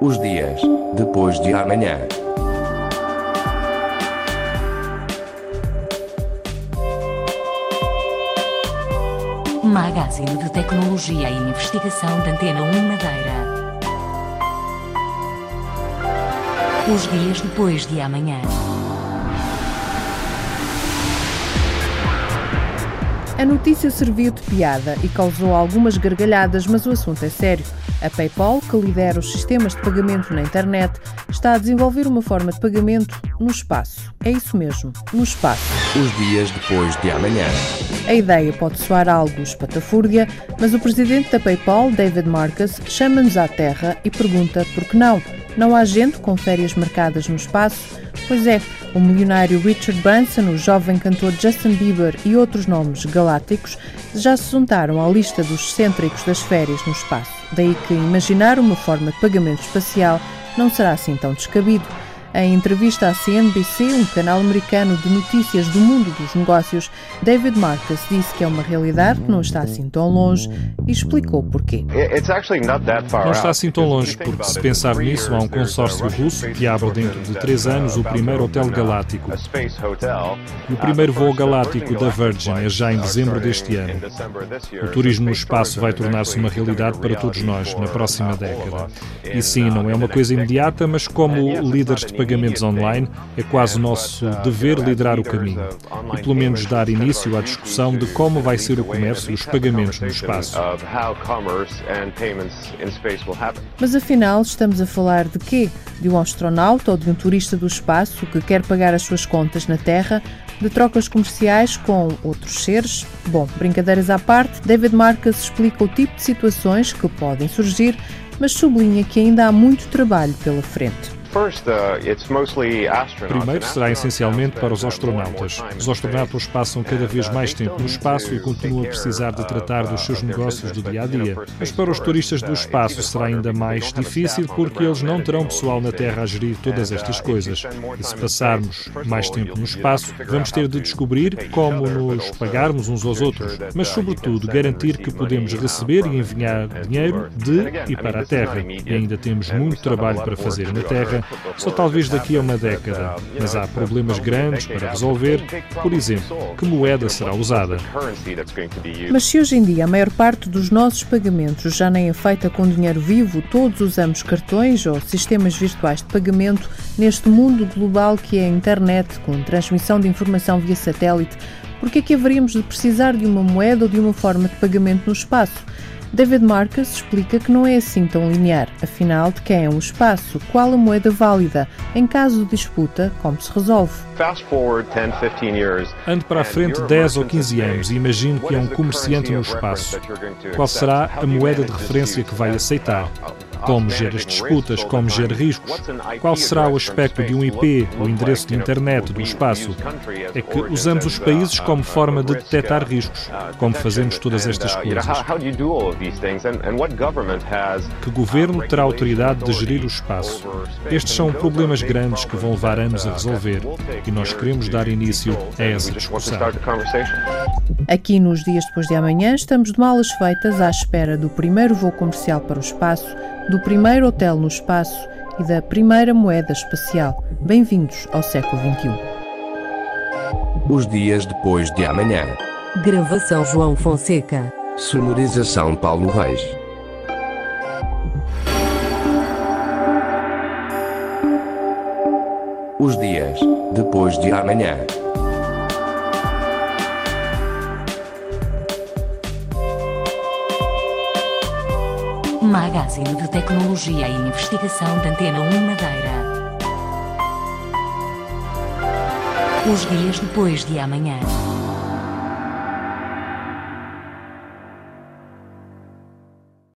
Os dias depois de amanhã. Magazine de Tecnologia e Investigação da Antena 1 Madeira. Os dias depois de amanhã. A notícia serviu de piada e causou algumas gargalhadas, mas o assunto é sério. A PayPal, que lidera os sistemas de pagamento na internet, está a desenvolver uma forma de pagamento no espaço. É isso mesmo, no espaço. Os dias depois de amanhã. A ideia pode soar algo espatafúrdia, mas o presidente da PayPal, David Marcus, chama-nos à Terra e pergunta por que não? Não há gente com férias marcadas no espaço? Pois é, o milionário Richard Branson, o jovem cantor Justin Bieber e outros nomes galácticos já se juntaram à lista dos excêntricos das férias no espaço. Daí que imaginar uma forma de pagamento espacial não será assim tão descabido. Em entrevista à CNBC, um canal americano de notícias do mundo dos negócios, David Marcus disse que é uma realidade que não está assim tão longe e explicou porquê. Não está assim tão longe, porque se pensar nisso, há um consórcio russo que abre dentro de 3 anos o primeiro hotel galáctico. E o primeiro voo galáctico da Virgin é já em dezembro deste ano. O turismo no espaço vai tornar-se uma realidade para todos nós na próxima década. E sim, não é uma coisa imediata, mas como líderes de pagamentos online, é quase o nosso dever liderar o caminho e pelo menos dar início à discussão de como vai ser o comércio e os pagamentos no espaço. Mas afinal, estamos a falar de quê? De um astronauta ou de um turista do espaço que quer pagar as suas contas na Terra? De trocas comerciais com outros seres? Bom, brincadeiras à parte, David Marcus explica o tipo de situações que podem surgir, mas sublinha que ainda há muito trabalho pela frente. Primeiro será essencialmente para os astronautas. Os astronautas passam cada vez mais tempo no espaço e continuam a precisar de tratar dos seus negócios do dia-a-dia. Mas para os turistas do espaço será ainda mais difícil porque eles não terão pessoal na Terra a gerir todas estas coisas. E se passarmos mais tempo no espaço, vamos ter de descobrir como nos pagarmos uns aos outros, mas sobretudo garantir que podemos receber e enviar dinheiro de e para a Terra. E ainda temos muito trabalho para fazer na Terra, só talvez daqui a uma década, mas há problemas grandes para resolver. Por exemplo, que moeda será usada? Mas se hoje em dia a maior parte dos nossos pagamentos já nem é feita com dinheiro vivo, todos usamos cartões ou sistemas virtuais de pagamento neste mundo global que é a internet, com transmissão de informação via satélite, por que é que haveríamos de precisar de uma moeda ou de uma forma de pagamento no espaço? David Marcus explica que não é assim tão linear. Afinal, de quem é um espaço? Qual a moeda válida? Em caso de disputa, como se resolve? Ande para a frente 10 ou 15 anos e imagine que é um comerciante no espaço. Qual será a moeda de referência que vai aceitar? Como gera as disputas? Como gera riscos? Qual será o aspecto de um IP, o endereço de internet do espaço? É que usamos os países como forma de detectar riscos. Como fazemos todas estas coisas? Que governo terá autoridade de gerir o espaço? Estes são problemas grandes que vão levar anos a resolver e nós queremos dar início a essa discussão. Aqui nos dias depois de amanhã estamos de malas feitas à espera do primeiro voo comercial para o espaço, do primeiro hotel no espaço e da primeira moeda espacial. Bem-vindos ao século XXI. Os dias depois de amanhã. Gravação João Fonseca. Sonorização Paulo Reis. Os dias depois de amanhã. Magazine de Tecnologia e Investigação da Antena 1 Madeira. Os dias depois de amanhã.